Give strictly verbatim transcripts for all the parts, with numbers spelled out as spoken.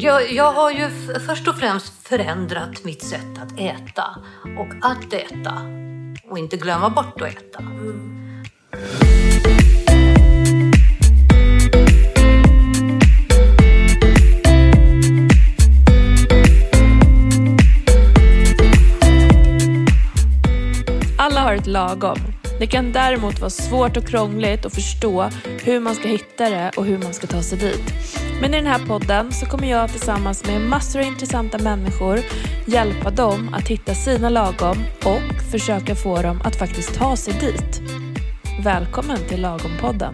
Jag, jag har ju f- först och främst förändrat mitt sätt att äta och att äta och inte glömma bort att äta. Mm. Alla har ett lagom. Det kan däremot vara svårt och krångligt att förstå hur man ska hitta det och hur man ska ta sig dit. Men i den här podden så kommer jag tillsammans med massor av intressanta människor hjälpa dem att hitta sina lagom och försöka få dem att faktiskt ta sig dit. Välkommen till Lagom-podden.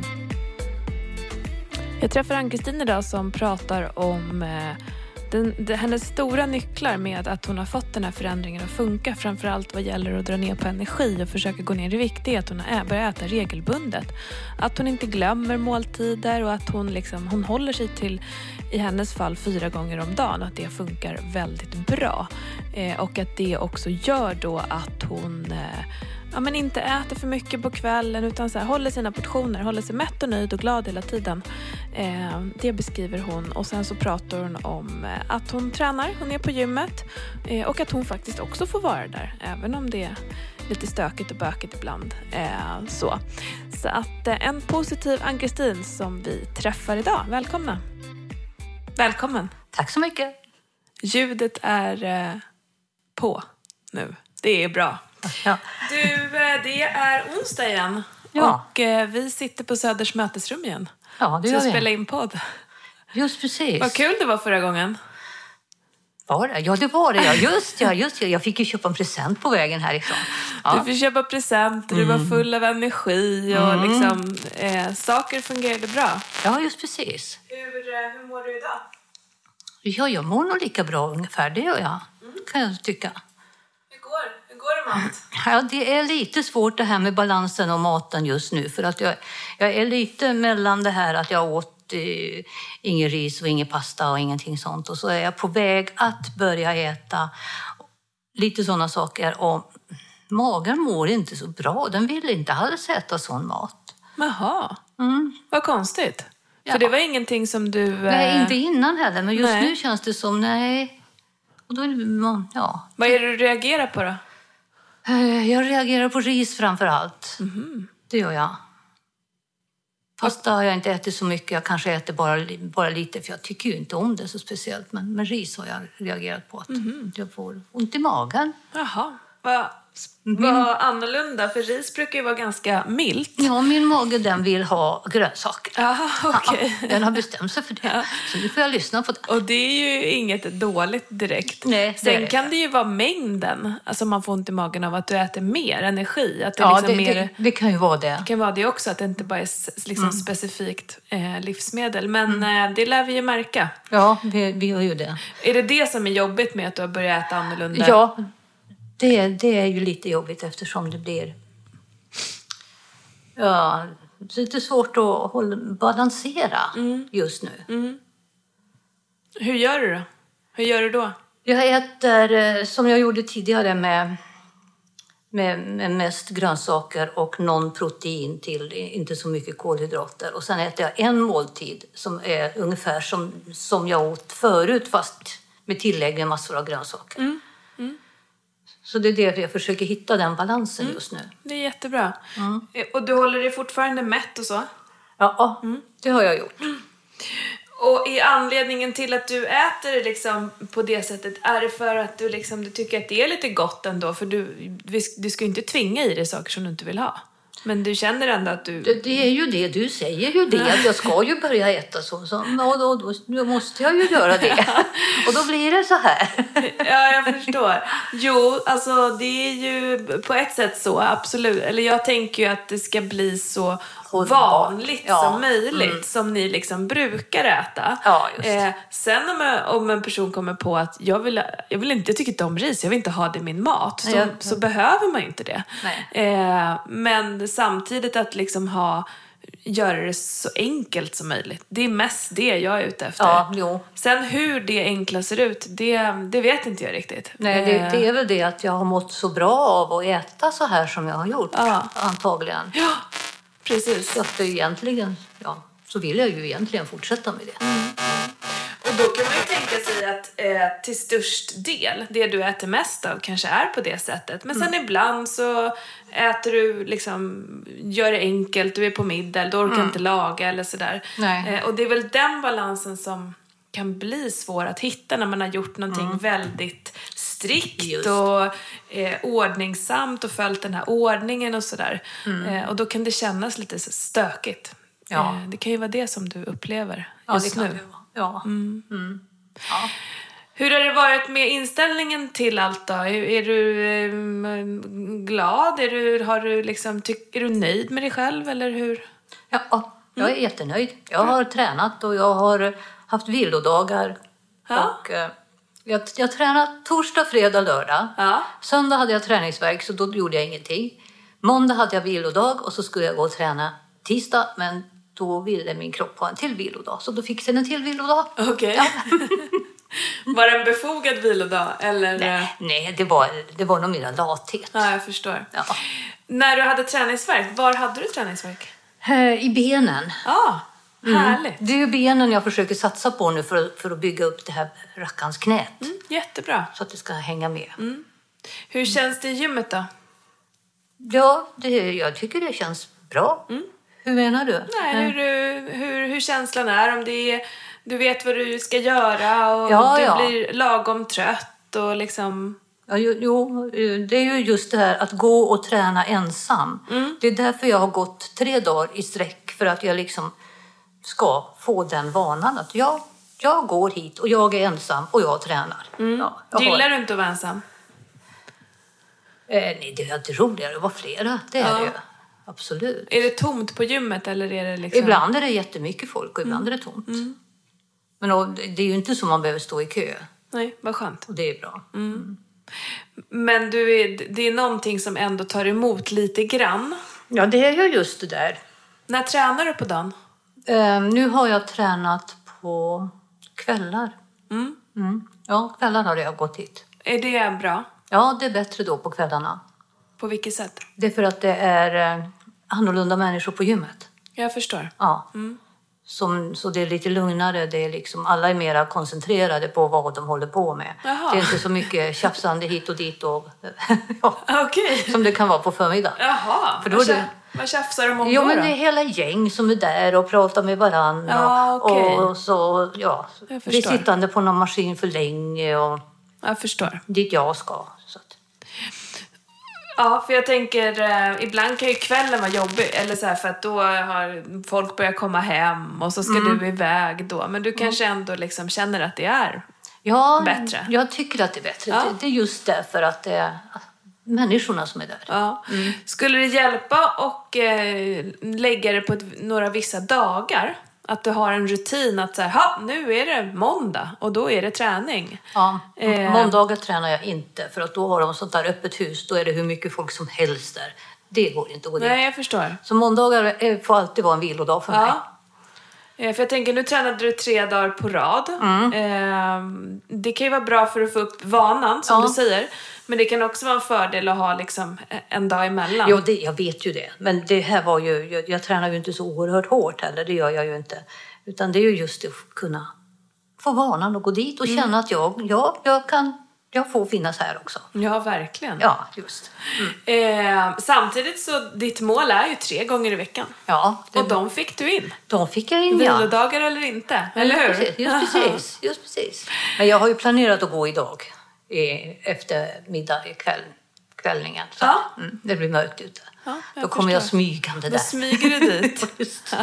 Jag träffar Ann-Kristin idag som pratar om eh, den, den, hennes stora nycklar med att hon har fått den här förändringen att funka. Framförallt vad gäller att dra ner på energi och försöka gå ner i vikt. Det är att hon har börjat äta regelbundet. Att hon inte glömmer måltider och att hon, liksom, hon håller sig till, i hennes fall, fyra gånger om dagen. Och att det funkar väldigt bra. Eh, och att det också gör då att hon... Eh, Ja, men inte äter för mycket på kvällen utan så här, håller sina portioner, håller sig mätt och nöjd och glad hela tiden. Eh, det beskriver hon och sen så pratar hon om eh, att hon tränar, hon är på gymmet eh, och att hon faktiskt också får vara där även om det är lite stökigt och bökigt ibland. Eh, så. så att eh, en positiv Ann-Kristin som vi träffar idag. Välkomna! Välkommen! Tack så mycket! Ljudet är eh, på nu. Det är bra. Ja. Du, det är onsdag igen. Ja. Och eh, vi sitter på Söders mötesrum igen. Ja, det så gör vi. spela in podd. Just precis. Vad kul det var förra gången. Var det? Ja, det var det. Ja, just ja, just ja. Jag fick ju köpa en present på vägen härifrån. Ja. Du fick köpa presenter, du Mm. var full av energi och Mm. liksom, eh, saker fungerade bra. Ja, just precis. Hur, eh, hur mår du idag? Ja, jag mår nog lika bra ungefär, det gör jag. Mm. Kan jag tycka. Hur går, hur går det mat? Ja, det är lite svårt det här med balansen och maten just nu. För att jag, jag är lite mellan det här att jag åt eh, ingen ris och ingen pasta och ingenting sånt. Och så är jag på väg att börja äta lite sådana saker. Och magen mår inte så bra. Den vill inte alls äta sån mat. Jaha, Mm. vad konstigt. Ja. För det var ingenting som du... Eh... Nej, inte innan heller. Men just Nej. nu känns det som nej. Och då, ja. Vad är det du reagerar på då? Jag reagerar på ris framför allt. Mm-hmm. Det gör jag. Pasta har jag inte ätit så mycket. Jag kanske äter bara, bara lite för jag tycker ju inte om det så speciellt. Men, men ris har jag reagerat på att Mm-hmm. jag får ont i magen. Jaha, vad, vad annorlunda. För ris brukar ju vara ganska milt. Ja, min mage den vill ha grönsaker. Jaha, okej. Ja, den har bestämt sig för det. Ja. Så nu får jag lyssna på det. Och det är ju inget dåligt direkt. Nej, det Sen är kan det. det ju vara mängden. Alltså man får ont i magen av att du äter mer energi. Att det, Ja, liksom det, mer, det, det kan ju vara det. det kan vara det också. Att det inte bara är s- liksom Mm. specifikt eh, livsmedel. Men eh, det lär vi ju märka. Ja, vi, vi gör ju det. Är det det som är jobbigt med att du har börjat äta annorlunda? Ja, det, det är ju lite jobbigt eftersom det blir... Ja, det är lite svårt att hålla, balansera Mm. just nu. Mm. Hur gör du då? Hur gör du då? Jag äter eh, som jag gjorde tidigare med, med, med mest grönsaker och någon protein till, inte så mycket kolhydrater. Och sen äter jag en måltid som är ungefär som, som jag åt förut fast med tillägg med massor av grönsaker. Mm. Mm. Så det är det jag försöker hitta den balansen Mm. just nu. Det är jättebra. Mm. Eh, Och du håller dig fortfarande mätt och så? Ja, Mm. det har jag gjort. Och är anledningen till att du äter liksom på det sättet, är det för att du, liksom, du tycker att det är lite gott ändå? För du, du ska ju inte tvinga i dig saker som du inte vill ha. Men du känner ändå att du... Det, det är ju det, du säger ju det. Att jag ska ju börja äta så. så och då, då, då måste jag ju göra det. Och då blir det så här. Ja, jag förstår. Jo, alltså det är ju på ett sätt så, absolut. Eller jag tänker ju att det ska bli så vanligt Ja. som möjligt. Mm. Som ni liksom brukar äta. Ja, just det. Eh, sen om, jag, om en person kommer på att jag vill, jag vill inte, jag tycker inte om ris, jag vill inte ha det i min mat. Så, Ja. så behöver man ju inte det. Nej. Eh, men samtidigt att liksom ha... göra det så enkelt som möjligt. Det är mest det jag är ute efter. Ja, jo. Sen hur det enkla ser ut, det, det vet inte jag riktigt. Nej, det, det är väl det att jag har mått så bra av att äta så här som jag har gjort. Ja. Antagligen. Ja, precis. Så att det egentligen, ja, så vill jag ju egentligen fortsätta med det. Och då kan man ju tänka sig att eh, till störst del, det du äter mest av kanske är på det sättet. Men sen mm. ibland så äter du liksom, gör det enkelt, du är på middag, du orkar mm. inte laga eller sådär. Eh, och det är väl den balansen som kan bli svår att hitta när man har gjort någonting mm. väldigt strikt Just. och eh, ordningsamt och följt den här ordningen och sådär. Mm. Eh, och då kan det kännas lite så stökigt. Ja. Eh, det kan ju vara det som du upplever just ja, det kan nu. Det ja. Mm. Mm. Ja. Hur har det varit med inställningen till allt då? Är, är du eh, glad? Är du, har du liksom, tyck, är du nöjd med dig själv eller hur? Ja, jag är mm. jättenöjd. Jag har mm. tränat och jag har haft vilodagar. Ja. Och, eh, jag, jag tränade torsdag, fredag, lördag. Ja. Söndag hade jag träningsvärk så då gjorde jag ingenting. Måndag hade jag vilodag och så skulle jag gå och träna tisdag. Men då ville min kropp ha en till vilodag. Så då fick jag en till vilodag. Okej. Okay. Ja. Var det en befogad vilodag? Eller? Nej, nej det, var, det var nog mer lathet. Ja, jag förstår. Ja. När du hade träningsvärk, var hade du träningsvärk? I benen. Ja, ah, härligt. Mm. Det är ju benen jag försöker satsa på nu för, för att bygga upp det här rackarns knät. Mm, jättebra. Så att det ska hänga med. Mm. Hur känns det i gymmet då? Ja, det, jag tycker det känns bra. Mm. Hur menar du? Nej, hur, hur, hur känslan är, om det är, du vet vad du ska göra och ja, du ja. blir lagom trött och liksom... Ja, jo, det är ju just det här att gå och träna ensam. Mm. Det är därför jag har gått tre dagar i sträck för att jag liksom ska få den vanan att jag, jag går hit och jag är ensam och jag tränar. Mm. Ja, jag Gillar har... du inte att vara ensam? Eh, nej, det är inte roligare att vara flera, det är ja. det ju. Absolut. Är det tomt på gymmet eller är det liksom... Ibland är det jättemycket folk och ibland mm. är det tomt. Mm. Men då, det är ju inte så man behöver stå i kö. Nej, vad skönt. Och det är bra. Mm. Mm. Men du är, det är någonting som ändå tar emot lite grann. Ja, det är ju just det där. När tränar du på dagen? Uh, nu har jag tränat på kvällar. Mm. Mm. Ja, kvällar har jag gått hit. Är det bra? Ja, det är bättre då på kvällarna. På vilket sätt? Det är för att det är uh, annorlunda människor på gymmet. Jag förstår. Ja. Mm. Som, så det är lite lugnare. Det är liksom, alla är mer koncentrerade på vad de håller på med. Jaha. Det är inte så mycket tjafsande hit och dit. Och, ja, okay. Som det kan vara på förmiddag. Jaha, för då vad, det, vad tjafsar de om jo, då? Men det är hela gäng som är där och pratar med varandra. Ja, okay. och, och så, ja, vi är sittande på någon maskin för länge. Och jag förstår. Dit jag ska. Så att. Ja, för jag tänker, eh, ibland kan ju kvällen vara jobbig. Eller så här, för att då har folk börjat komma hem och så ska mm. du iväg då. Men du kanske ändå liksom känner att det är ja, bättre. Jag tycker att det är bättre. Ja. Det, det är just därför att det är människorna som är där. Ja. Mm. Skulle det hjälpa och eh, lägga det på ett, några vissa dagar? Att du har en rutin att säga, ha, nu är det måndag och då är det träning. Ja, eh. måndagar tränar jag inte för att då har de sånt där öppet hus. Då är det hur mycket folk som helst där. Det går inte att gå dit. Nej, jag förstår. Så måndagar får alltid vara en vilodag för ja. mig. Eh, för jag tänker, nu tränade du tre dagar på rad. Mm. Eh, det kan ju vara bra för att få upp vanan, som ja. du säger. Men det kan också vara en fördel att ha liksom en dag emellan. Jo, det, jag vet ju det. Men det här var ju, jag, jag tränar ju inte så oerhört hårt heller. Det gör jag ju inte. Utan det är ju just att kunna få vanan att gå dit och mm. känna att jag, ja, jag kan... Jag får finnas här också. Ja, verkligen. Ja, just. Mm. Eh, samtidigt så, ditt mål är ju tre gånger i veckan. Ja. Det... Och de fick du in. De fick jag in, ja. Vilodagar eller inte, eller hur? Precis, just precis, just precis. Men jag har ju planerat att gå idag. Efter middag kväll, kvällningen. Så ja. mm, det blir mörkt ute. Ja, då kommer jag smygande där. Då smyger du dit. Just.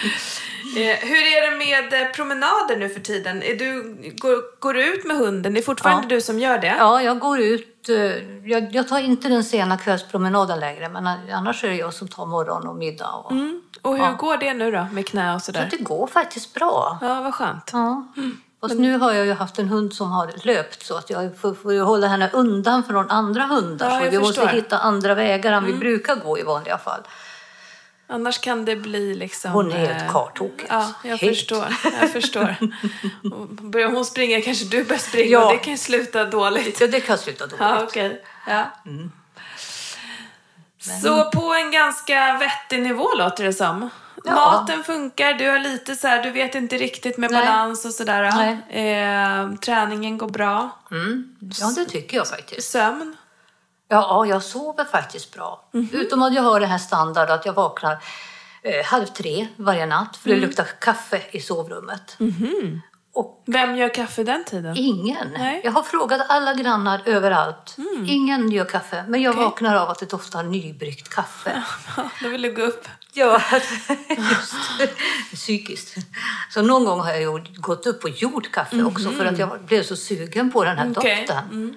Hur är det med promenader nu för tiden? Är du, går, går du ut med hunden? Det är fortfarande ja. du som gör det? Ja, jag går ut. Jag, jag tar inte den sena kvällspromenaden längre. Men annars är det jag som tar morgon och middag. Och, mm. och hur ja. går det nu då? Med knä och sådär? Så det går faktiskt bra. Ja, vad skönt. Ja. Mm. Och nu har jag ju haft en hund som har löpt så att jag får, får hålla henne undan från andra hundar. Ja, så vi förstår. måste hitta andra vägar än mm. vi brukar gå i vanliga fall. Annars kan det bli liksom... Hon är helt kartokig. Ja, jag helt. förstår. Jag förstår. Börjar hon springa kanske du börjar springa ja. och det kan sluta dåligt. Ja, det kan sluta dåligt. Ja, okej. Okay. Ja. Mm. Så på en ganska vettig nivå låter det som. Ja. Maten funkar, du har lite så här, du vet inte riktigt med Nej. balans och sådär. Nej. Eh, träningen går bra. Mm. Ja, det tycker jag faktiskt. Sömn? Ja, jag sover faktiskt bra. Mm-hmm. Utom att jag har det här standard att jag vaknar eh, halv tre varje natt. För det Mm. luktar kaffe i sovrummet. Mm-hmm. Och Vem gör kaffe den tiden? ingen. Nej. Jag har frågat alla grannar överallt. Mm. Ingen gör kaffe. Men jag Okej. vaknar av att det doftar nybryggt kaffe. Då vill du gå upp. Ja, just psykiskt. Så någon gång har jag gjort, gått upp och gjort kaffe också. För att jag blev så sugen på den här Mm-hmm. Okej. doften. Mm.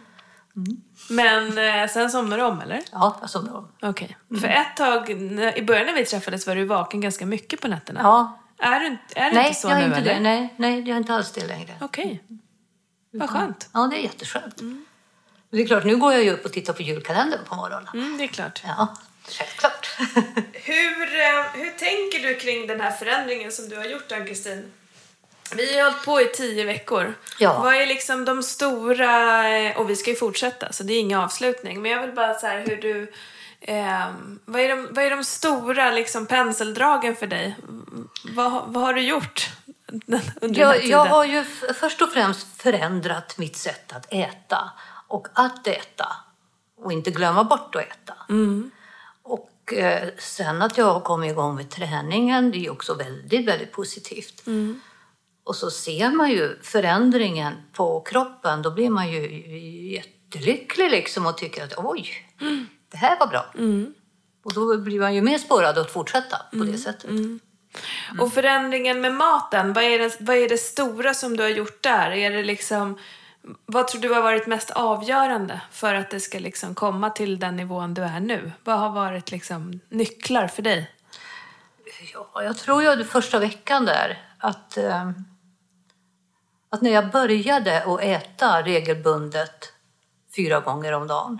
Men eh, sen somnar du om, eller? Ja, jag somnar om. Okej. För ett tag, när- i början när vi träffades var du vaken ganska mycket på nätterna. Ja. Är du, är det Nej, inte så jag är nu, inte eller? det. Nej, nej, jag är inte alls det längre. Okej. Vad skönt. Ja, det är jätteskönt. Men det är klart, nu går jag ju upp och tittar på julkalendern på morgonen. Mm, det är klart. Ja, självklart. Hur, eh, hur tänker du kring den här förändringen som du har gjort, Ann-Kristin? Vi har hållit på i tio veckor. Ja. Vad är liksom de stora... eh, Och vi ska ju fortsätta, så det är ingen avslutning. Men jag vill bara så här hur du... Eh, vad, är de, vad är de stora liksom, penseldragen för dig? Vad, vad har du gjort under den här Jag, tiden? jag har ju f- först och främst förändrat mitt sätt att äta. Och att äta. Och inte glömma bort att äta. Mm. Och eh, sen att jag har kommit igång med träningen. Det är ju också väldigt, väldigt positivt. Mm. Och så ser man ju förändringen på kroppen. Då blir man ju jättelycklig liksom och tycker att oj, Mm. det här var bra. Mm. Och då blir man ju mer sporrad att fortsätta på det sättet. Mm. Och förändringen med maten, vad är, det, vad är det stora som du har gjort där? Är det liksom, vad tror du har varit mest avgörande för att det ska liksom komma till den nivån du är nu? Vad har varit liksom nycklar för dig? Ja, jag tror ju det första veckan där att, eh, att när jag började att äta regelbundet fyra gånger om dagen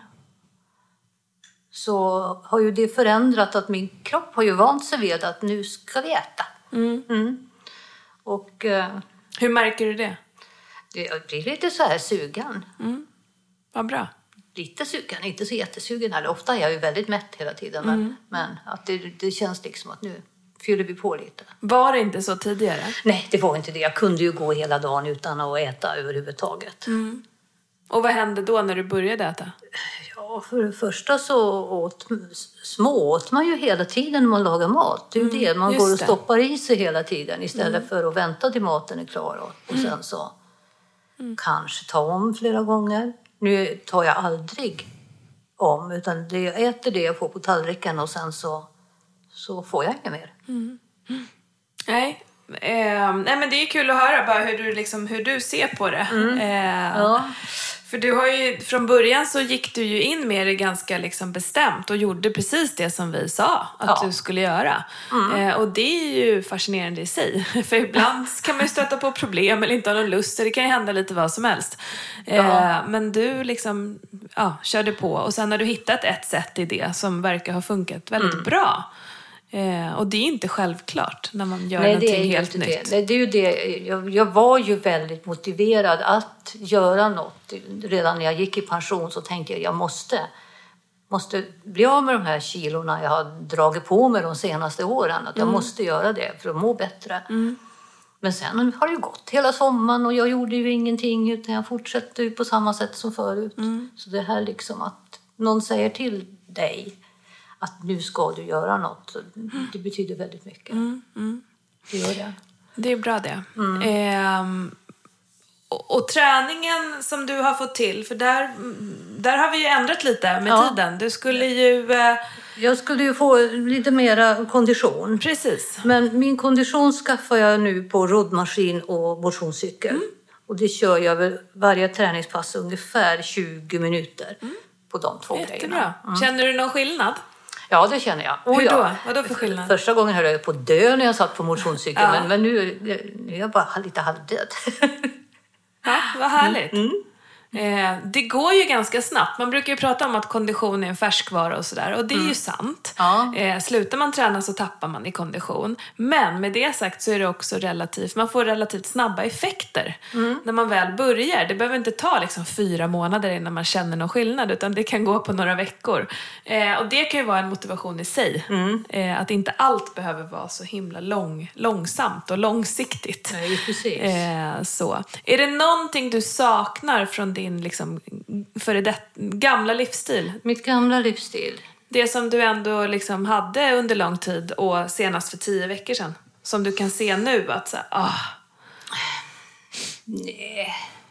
så har ju det förändrat att min kropp har ju vant sig vid att nu ska vi äta. Mm. Mm. Och eh, Hur märker du det? det blir lite så här sugen. Mm. Vad bra. Lite sugen, inte så jättesugen heller. Ofta är jag ju väldigt mätt hela tiden. Men, Mm. men att det, det känns liksom att nu fyller vi på lite. Var det inte så tidigare? Nej, det var inte det. Jag kunde ju gå hela dagen utan att äta överhuvudtaget. Mm. Och vad hände då när du började äta? Ja, för det första så åt, smååt man ju hela tiden när man lagar mat. Det är ju Mm, det. Man just går och det. stoppar i sig hela tiden istället för att vänta till maten är klar. Och, och sen så kanske ta om flera gånger. Nu tar jag aldrig om, utan det, jag äter det jag får på tallriken och sen så, så får jag inget mer. Nej. Eh, nej men det är kul att höra bara hur du, liksom, hur du ser på det. Eh, Ja. För du har ju, från början så gick du ju in med det ganska liksom bestämt och gjorde precis det som vi sa att Ja. du skulle göra. Eh, och det är ju fascinerande i sig. För ibland kan man ju stöta på problem eller inte ha någon lust. Det kan ju hända lite vad som helst. Eh, Ja. Men du liksom ja, körde på och sen har du hittat ett sätt i det som verkar ha funkat väldigt bra. Eh, och det är inte självklart när man gör Nej, någonting det är ju helt inte nytt. det. Nej, det är ju det. Jag, jag var ju väldigt motiverad att göra något. Redan när jag gick i pension så tänkte jag jag måste, måste bli av med de här kilorna jag har dragit på mig de senaste åren. Att jag måste göra det för att må bättre. Mm. Men sen har det ju gått hela sommaren och jag gjorde ju ingenting utan jag fortsatte ju på samma sätt som förut. Mm. Så det här liksom att någon säger till dig att nu ska du göra något. Det betyder väldigt mycket. Mm, mm. Det gör det. Det är bra det. Ehm, och, och träningen som du har fått till, för där, där har vi ju ändrat lite med Ja. tiden. Du skulle ju... Eh, Jag skulle ju få lite mera kondition. precis. Men min kondition skaffar jag nu på roddmaskin och motionscykel. Och det kör jag väl varje träningspass ungefär tjugo minuter på de två Jättebra. grejerna. Känner du någon skillnad? Ja, det känner jag. Oh, Hur då? ja. Vad då för skillnad? Första gången höll jag på att dö när jag satt på motionscykeln. Ja. Men, men nu, nu är jag bara lite halvdöd. Ja, vad härligt. Eh, det går ju ganska snabbt. Man brukar ju prata om att kondition är en färskvara och sådär. Och det är mm. ju sant. Ja. Eh, slutar man träna så tappar man i kondition. Men med det sagt så är det också relativt, man får relativt snabba effekter mm. när man väl börjar. Det behöver inte ta liksom fyra månader innan man känner någon skillnad, utan det kan gå på några veckor. Eh, och det kan ju vara en motivation i sig. Mm. Eh, att inte allt behöver vara så himla lång, långsamt och långsiktigt. Nej, precis. Eh, så. Är det någonting du saknar från din liksom, före det, gamla livsstil? Mitt gamla livsstil? Det som du ändå liksom hade under lång tid och senast för tio veckor sedan. Som du kan se nu att så här, ah. Nej.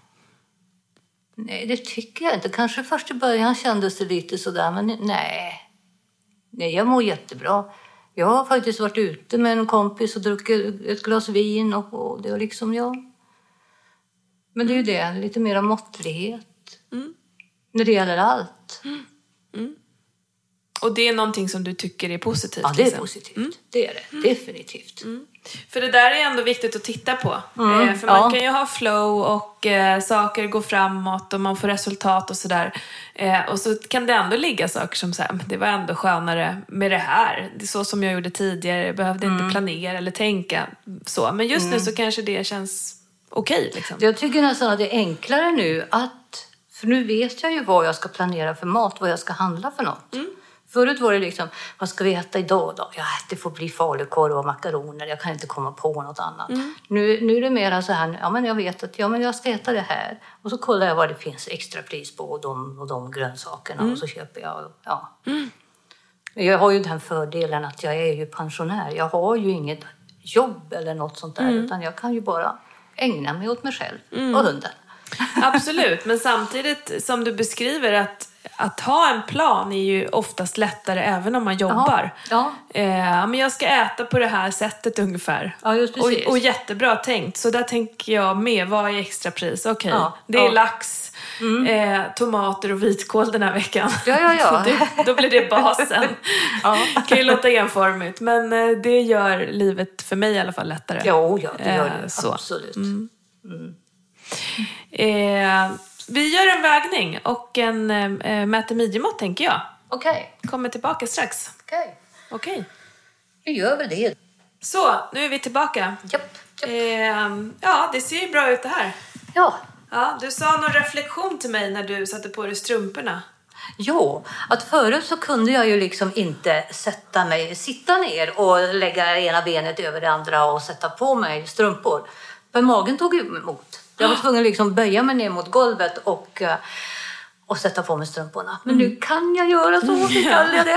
Nej, det tycker jag inte. Kanske först i början kändes det lite sådär, men nej. Nej, jag mår jättebra. Jag har faktiskt varit ute med en kompis och druckit ett glas vin och, och det var liksom jag. Men det är ju det, lite mer måttlighet. Mm. När det gäller allt. Mm. Mm. Och det är någonting som du tycker är positivt? Ja, det är liksom. positivt. Mm. Det är det, mm. definitivt. Mm. För det där är ändå viktigt att titta på. Mm. Eh, för man ja. kan ju ha flow och eh, saker går framåt och man får resultat och sådär. Eh, och så kan det ändå ligga saker som så här, det var ändå skönare med det här. Det är så som jag gjorde tidigare. Jag behövde mm. inte planera eller tänka så. Men just mm. nu så kanske det känns okej. Okay, liksom. Jag tycker nästan att det är enklare nu att... För nu vet jag ju vad jag ska planera för mat, vad jag ska handla för något. Mm. Förut var det liksom, vad ska vi äta idag då? Ja, det får bli falukorv och makaroner. Jag kan inte komma på något annat. Mm. Nu, nu är det mer så här, ja men jag vet att ja, men jag ska äta det här. Och så kollar jag vad det finns extra pris på och de, och de grönsakerna. Mm. Och så köper jag, ja. Mm. Jag har ju den fördelen att jag är ju pensionär. Jag har ju inget jobb eller något sånt där. Mm. Utan jag kan ju bara ägna mig åt mig själv mm. och hunden. Absolut, men samtidigt som du beskriver att att ha en plan är ju oftast lättare även om man jobbar. Ja. Eh, men jag ska äta på det här sättet ungefär. Ja, just precis. Och, och jättebra tänkt. Så där tänker jag med, vad är extra pris? Okej, okay. ja. det är ja. lax, mm. eh, tomater och vitkål den här veckan. Ja, ja, ja. det, då blir det basen. ja. Kan ju låta enformigt, men eh, det gör livet för mig i alla fall lättare. Jo, ja, det gör det. Eh, så. Absolut. Mm. Mm. Eh, Vi gör en vägning och en äh, mäter midjemått, tänker jag. Okej. Okay. Kommer tillbaka strax. Okej. Okay. Okej. Okay. Vi gör väl det. Så, nu är vi tillbaka. Japp. Japp. Eh, ja, det ser ju bra ut det här. Ja. Ja, du sa någon reflektion till mig när du satte på dig strumporna. Jo, att förut så kunde jag ju liksom inte sätta mig, sitta ner och lägga ena benet över det andra och sätta på mig strumpor. För magen tog emot. Jag var tvungen att liksom böja mig ner mot golvet och, och sätta på mig strumporna. Men mm. nu kan jag göra så, hur kallar jag det?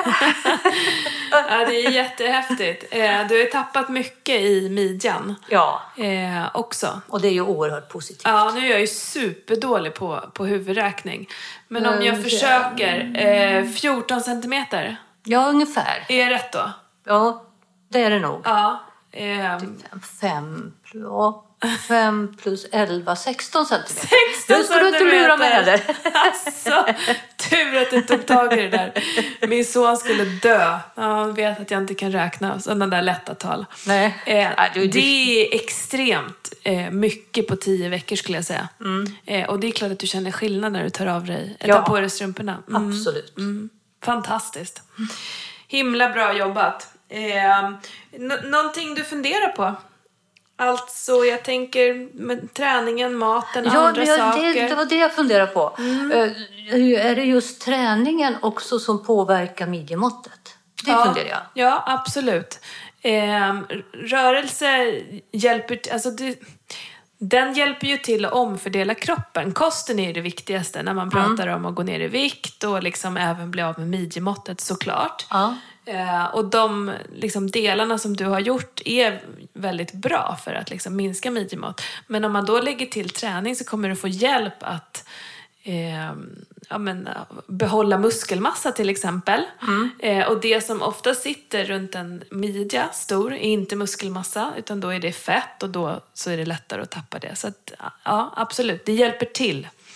Ja, det är jättehäftigt. Du har tappat mycket i midjan. Ja. Eh, också. Och det är ju oerhört positivt. Ja, nu är jag ju superdålig på, på huvudräkning. Men om jag försöker eh, fjorton centimeter. Ja, ungefär. Är det rätt då? Ja, det är det nog. Ja. Eh, fem, ja. fem plus elva, sexton centimeter. sexton nu ska du inte lura mig heller. Alltså, tur att du tog tag i det där. Min son skulle dö. Han vet att jag inte kan räkna sådana där lätta tal. Nej. Eh, det är extremt eh, mycket på tio veckor skulle jag säga. Mm. Eh, och det är klart att du känner skillnad när du tar av dig. Ja. Tar på dig strumporna. Mm. Absolut. Mm. Fantastiskt. Himla bra jobbat. Eh, n- någonting du funderar på? Alltså, jag tänker med träningen, maten, ja, andra det, saker. Det, det var det jag funderade på. Mm. Uh, är det just träningen också som påverkar midjemåttet? Det ja, funderar jag. Ja, absolut. Eh, rörelse hjälper... Alltså det, den hjälper ju till att omfördela kroppen. Kosten är det viktigaste när man pratar mm. om att gå ner i vikt och liksom även bli av med midjemåttet såklart. Ja. Eh, och de liksom, delarna som du har gjort är väldigt bra för att liksom, minska midjemått. Men om man då lägger till träning så kommer du få hjälp att eh, ja, men, behålla muskelmassa till exempel. Mm. Eh, och det som ofta sitter runt en midja stor är inte muskelmassa utan då är det fett och då så är det lättare att tappa det. Så att, ja, absolut, det hjälper till.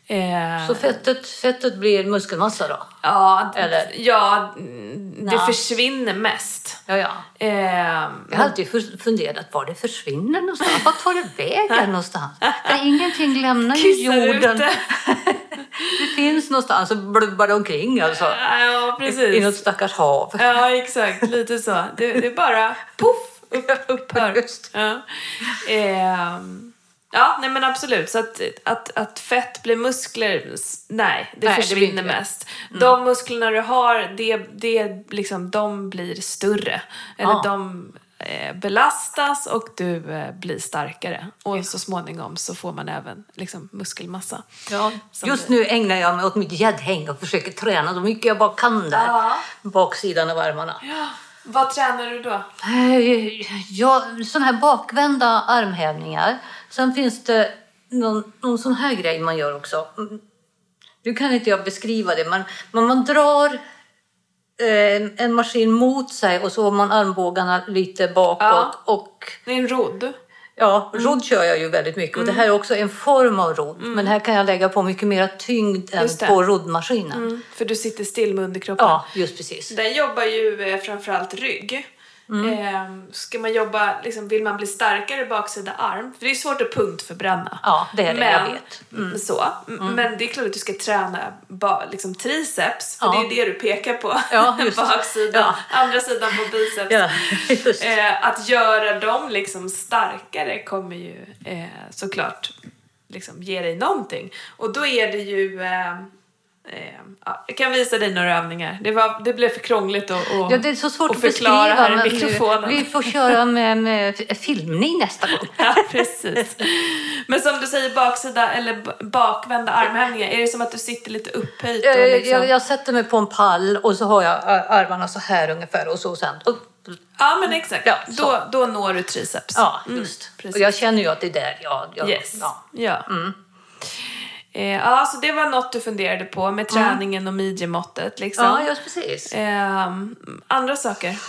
Eh, Så fettet, fettet blir muskelmassa då? ja, Eller? ja, det Nå. försvinner mest. Ja, ja. Eh, Jag har alltid funderat var det försvinner någonstans. Vad tar det vägen någonstans? För ingenting lämnar ju jorden. Det finns någonstans och blubbar omkring alltså. Ja, precis. I något stackars hav. Ja, exakt. Lite så. Det, det är bara puff, upp, upphör. Just. Ja. Eh, ja, nej men absolut. Så att, att, att fett blir muskler, nej, det Nej, det försvinner blir inte det. mest. Mm. De musklerna du har, det, det, liksom, de blir större. Eller Ja. de eh, belastas och du eh, blir starkare. Och så småningom så får man även liksom, muskelmassa. Ja. Som Just det- nu ägnar jag mig åt mitt gäddhäng och försöker träna så mycket jag bara kan där. Ja. Baksidan av armarna. Ja. Vad tränar du då? Ja, sådana här bakvända armhävningar. Sen finns det någon, någon sån här grej man gör också. Nu kan inte jag beskriva det, men, men man drar eh, en maskin mot sig och så har man armbågarna lite bakåt. Ja. Och Det är en rodd. ja, rodd kör jag ju väldigt mycket. Och det här är också en form av rodd. Men här kan jag lägga på mycket mer tyngd än Just det. på roddmaskinen. Mm, för du sitter still med underkroppen. Ja, just precis. Den jobbar ju eh, framförallt rygg. Eh, ska man jobba, liksom, vill man bli starkare baksida arm? För det är svårt att punktförbräna. Ja, det är det, men, jag vet. Mm. Så. Mm. Men det är klart att du ska träna ba, liksom, triceps. För Ja. det är ju det du pekar på. Ja, just det. Baksidan. Ja. Andra sidan på biceps. Ja, just. Eh, att göra dem liksom starkare kommer ju eh, såklart liksom ge dig någonting. Och då är det ju... Eh, eh, ja, jag kan visa dig några övningar. Det, var, det blev för krångligt att, att, Ja, det är så svårt att att förklara beskriva, här i men mikrofonen. vi får köra med, med filmning nästa gång. Ja, precis. Men som du säger, baksida eller b- bakvända armhävningar. Är det som att du sitter lite upphöjt? Och Jag, liksom... jag, jag sätter mig på en pall och så har jag armarna så här ungefär och så sen upp. Ja, men exakt. Ja, så. då, då når du triceps. Ja, Mm, just. precis. Och jag känner ju att det är där jag... jag Yes. ja. Ja. Mm. Eh, ja, så det var något du funderade på med träningen och midjemåttet. Liksom. ja, just precis. Eh, andra saker?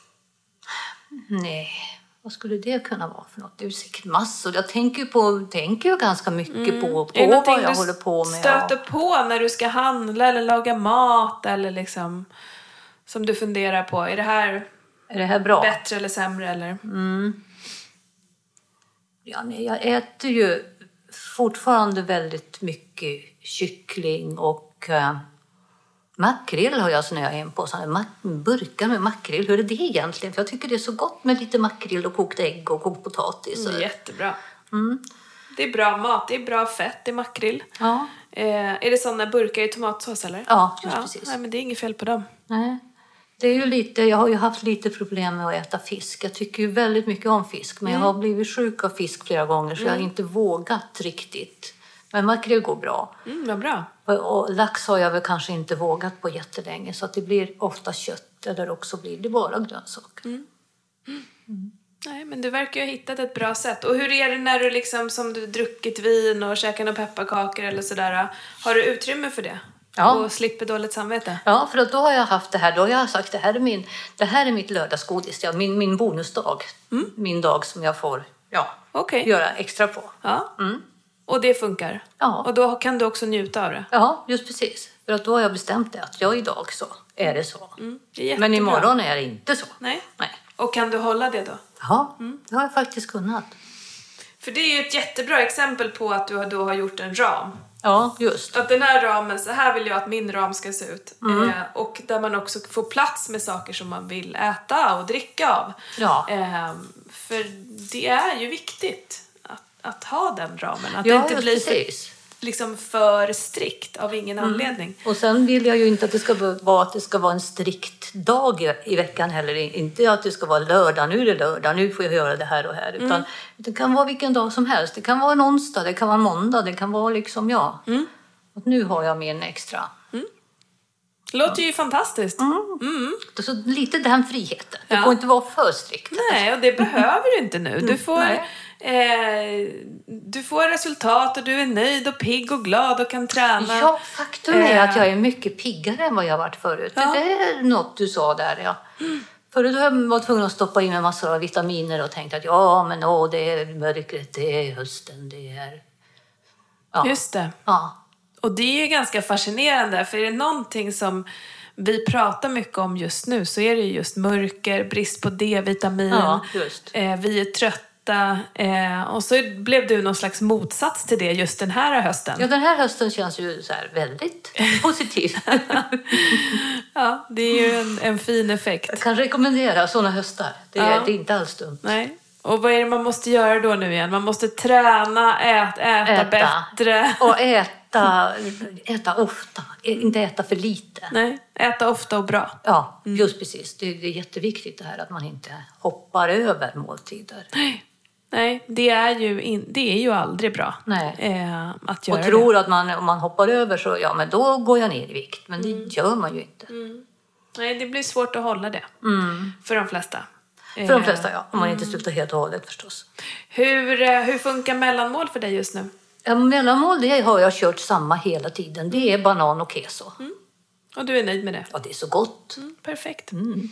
Nej, vad skulle det kunna vara för något? Det är ju säkert massor. Jag tänker ju, på, tänker ju ganska mycket på, på Är det vad jag någonting håller på med. du stöter på när du ska handla eller laga mat? Eller liksom, som du funderar på. Är det här Är det här bra? bättre eller sämre? Eller? Ja, nej, jag äter ju fortfarande väldigt mycket kyckling och äh, makrill har jag snöat in på. Såna mack- burkar med makrill. Hur är det egentligen? För jag tycker det är så gott med lite makrill och kokt ägg och kokt potatis. Mm, jättebra. Det är bra mat, det är bra fett, det är makrill. Ja. Eh, är det sådana burkar i tomatsås eller? Ja, just precis. Nej, men det är inget fel på dem. Nej. Det är ju lite, jag har ju haft lite problem med att äta fisk. Jag tycker ju väldigt mycket om fisk. Men jag har blivit sjuk av fisk flera gånger så jag har inte vågat riktigt. Men makrill går bra. Mm, vad bra. Och, och lax har jag väl kanske inte vågat på jättelänge. Så att det blir ofta kött eller också blir det bara grönsaker. Mm. Nej, men du verkar ju ha hittat ett bra sätt. Och hur är det när du liksom, som du druckit vin och käkar några pepparkakor eller sådär? Har du utrymme för det? Ja. Och slipper dåligt samvete? Ja, för att då har jag haft det här. Då har jag sagt det här är, min, det här är mitt lördagsgodis. Ja, min, min bonusdag. Min dag som jag får ja, Okej. göra extra på. Ja. Och det funkar? Ja. Och då kan du också njuta av det? Ja, just precis. För att då har jag bestämt det att jag idag så är det så. Mm, det är jättebra. Men imorgon är det inte så. Nej. Nej. Och kan du hålla det då? Ja, det har jag faktiskt kunnat. För det är ju ett jättebra exempel på att du då har gjort en ram. Ja, just. Att den här ramen, så här vill jag att min ram ska se ut. Eh, och där man också får plats med saker som man vill äta och dricka av. Ja. Eh, för det är ju viktigt att, att ha den ramen. Att Ja, det inte just blir för, precis. liksom för strikt av ingen anledning. Och sen vill jag ju inte att det ska vara att det ska vara en strikt dag i, i veckan heller. Inte att det ska vara lördag, nu är det lördag, nu får jag göra det här och här. Utan Mm. det kan vara vilken dag som helst. Det kan vara en onsdag, det kan vara en måndag, det kan vara liksom ja. Mm. Och nu har jag min extra. Låter ju fantastiskt. Så lite den friheten. Det Ja. får inte vara för strikt. Nej, och det behöver du inte nu. Du får, Nej. eh, du får resultat och du är nöjd och pigg och glad och kan träna. Ja, faktum är Eh. att jag är mycket piggare än vad jag har varit förut. Ja. Det är något du sa där, ja. Förut har jag varit tvungen att stoppa in en massa av vitaminer och tänkt att ja, men åh, det är mörkret, det är hösten, det är... Ja. Just det. Ja. Och det är ju ganska fascinerande, för är det någonting som vi pratar mycket om just nu så är det just mörker, brist på D-vitamin, ja, just. Eh, vi är trötta eh, och så blev du någon slags motsats till det just den här hösten. Ja, den här hösten känns ju så här väldigt positiv. Ja, det är ju en, en fin effekt. Jag kan rekommendera sådana höstar. Det är, ja. det är inte alls dumt. Nej. Och vad är det man måste göra då nu igen? Man måste träna, äta, äta, äta. bättre. Och äta, äta ofta. Inte äta för lite. Nej, äta ofta och bra. Ja, just precis. Det, det är jätteviktigt det här att man inte hoppar över måltider. Nej, Nej det, är ju in, det är ju aldrig bra. Nej. Eh, att göra och tror det. att man, om man hoppar över så ja, men då går jag ner i vikt. Men det mm. gör man ju inte. Mm. Nej, det blir svårt att hålla det. Mm. För de flesta. För de flesta, ja. Om man inte slutar helt och hållet förstås. Hur, hur funkar mellanmål för dig just nu? Ja, mellanmål, det har jag kört samma hela tiden. Det är banan och keso. Mm. Och du är nöjd med det? Ja, det är så gott. Mm, perfekt. Mm.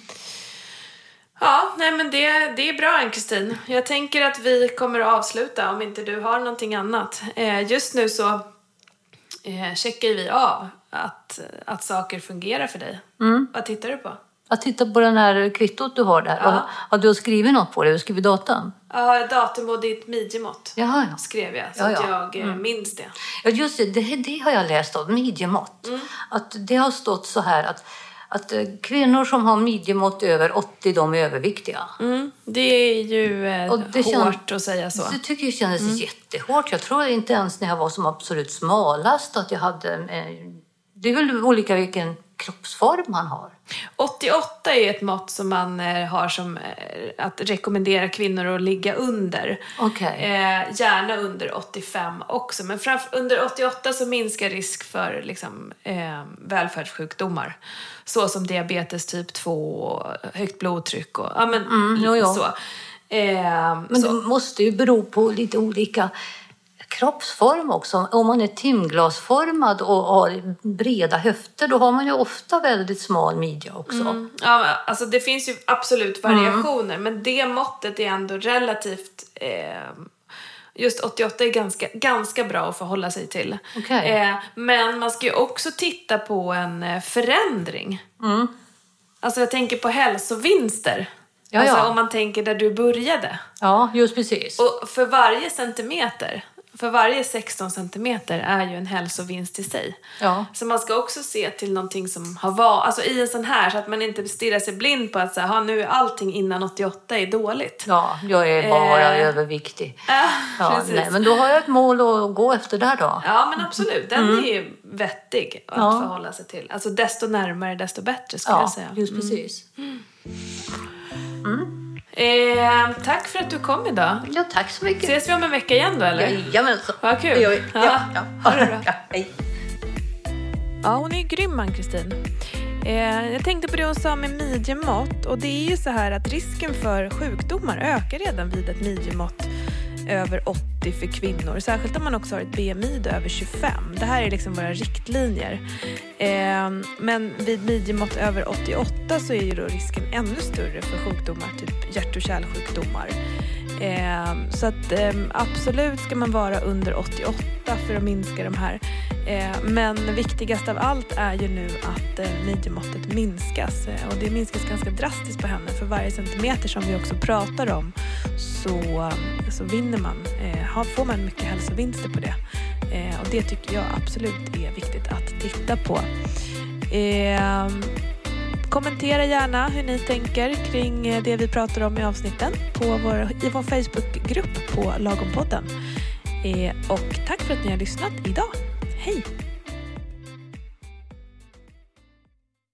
Ja, nej men det, det är bra, Ann-Kristin. Jag tänker att vi kommer att avsluta om inte du har någonting annat. Eh, just nu så eh, checkar vi av att, att saker fungerar för dig. Mm. Vad tittar du på? Jag tittar på den här kvittot du har där. Ja. Har du skrivit något på det? Har du skrivit datum? Ja, datum och ditt midjemått. Jaha, ja. Skrev jag, så ja, ja. att jag mm. minns det. Ja, just det. Det, det har jag läst om, midjemått. Mm. Att det har stått så här att, att kvinnor som har midjemått över åttio, de är överviktiga. Mm. Det är ju eh, och det hårt känns, att säga så. Det tycker jag kändes mm. jättehårt. Jag tror inte ens när jag var som absolut smalast att jag hade... Eh, det är väl olika vilken kroppsform man har. åttioåtta är ett mått som man eh, har som eh, att rekommendera kvinnor att ligga under. Okay. Eh, gärna under åttiofem också. Men framför, under åttioåtta så minskar risk för liksom, eh, välfärdssjukdomar. Så som diabetes typ två, högt blodtryck och ja, men, mm, jo, jo. så. Eh, men så. Det måste ju bero på lite olika... kroppsform också. Om man är timglasformad och har breda höfter, då har man ju ofta väldigt smal midja också. Mm. Ja, alltså det finns ju absolut variationer, mm. men det måttet är ändå relativt... Eh, just åttioåtta är ganska, ganska bra att förhålla sig till. Okay. Eh, men man ska ju också titta på en förändring. Mm. Alltså jag tänker på hälsovinster. Ja, alltså ja. om man tänker där du började. Ja, just precis. Och för varje centimeter... För varje sexton centimeter är ju en hälsovinst i sig. Ja. Så man ska också se till någonting som har varit... Alltså i en sån här, så att man inte stirrar sig blind på att så här, nu är allting innan åttioåtta är dåligt. Ja, jag är bara eh. överviktig. Ja, ja, nej, men då har jag ett mål att gå efter där då. Ja, men absolut. Den mm. är ju vettig att ja. förhålla sig till. Alltså desto närmare, desto bättre skulle ja, jag säga. Ja, just precis. Mm. Mm. Eh, tack för att du kom idag. Ja, tack så mycket. Ses vi om en vecka igen då, eller? Jajamensan. Vad kul. Ja, ja, ja. Ha det bra. Ja, hej. Ja, hon är ju grym, Ann-Kristin. Eh, jag tänkte på det hon sa med midjemått. Och det är ju så här att risken för sjukdomar ökar redan vid ett midjemått över åttio för kvinnor. Särskilt om man också har ett B M I över tjugofem. Det här är liksom våra riktlinjer. Eh, men vid midjemått över åttioåtta så är ju då risken ännu större för sjukdomar, typ hjärt- och kärlsjukdomar. Eh, så att eh, absolut ska man vara under åttioåtta för att minska de här. Eh, men viktigast av allt är ju nu att eh, midjemåttet minskas. Eh, och det minskas ganska drastiskt på henne. För varje centimeter som vi också pratar om så, så vinner man. Eh, får man mycket hälsovinster på det. Eh, och det tycker jag absolut är viktigt att titta på. Eh, kommentera gärna hur ni tänker kring det vi pratar om i avsnitten på vår, i vår Facebookgrupp på Lagompodden. Eh, och tack för att ni har lyssnat idag. Hej!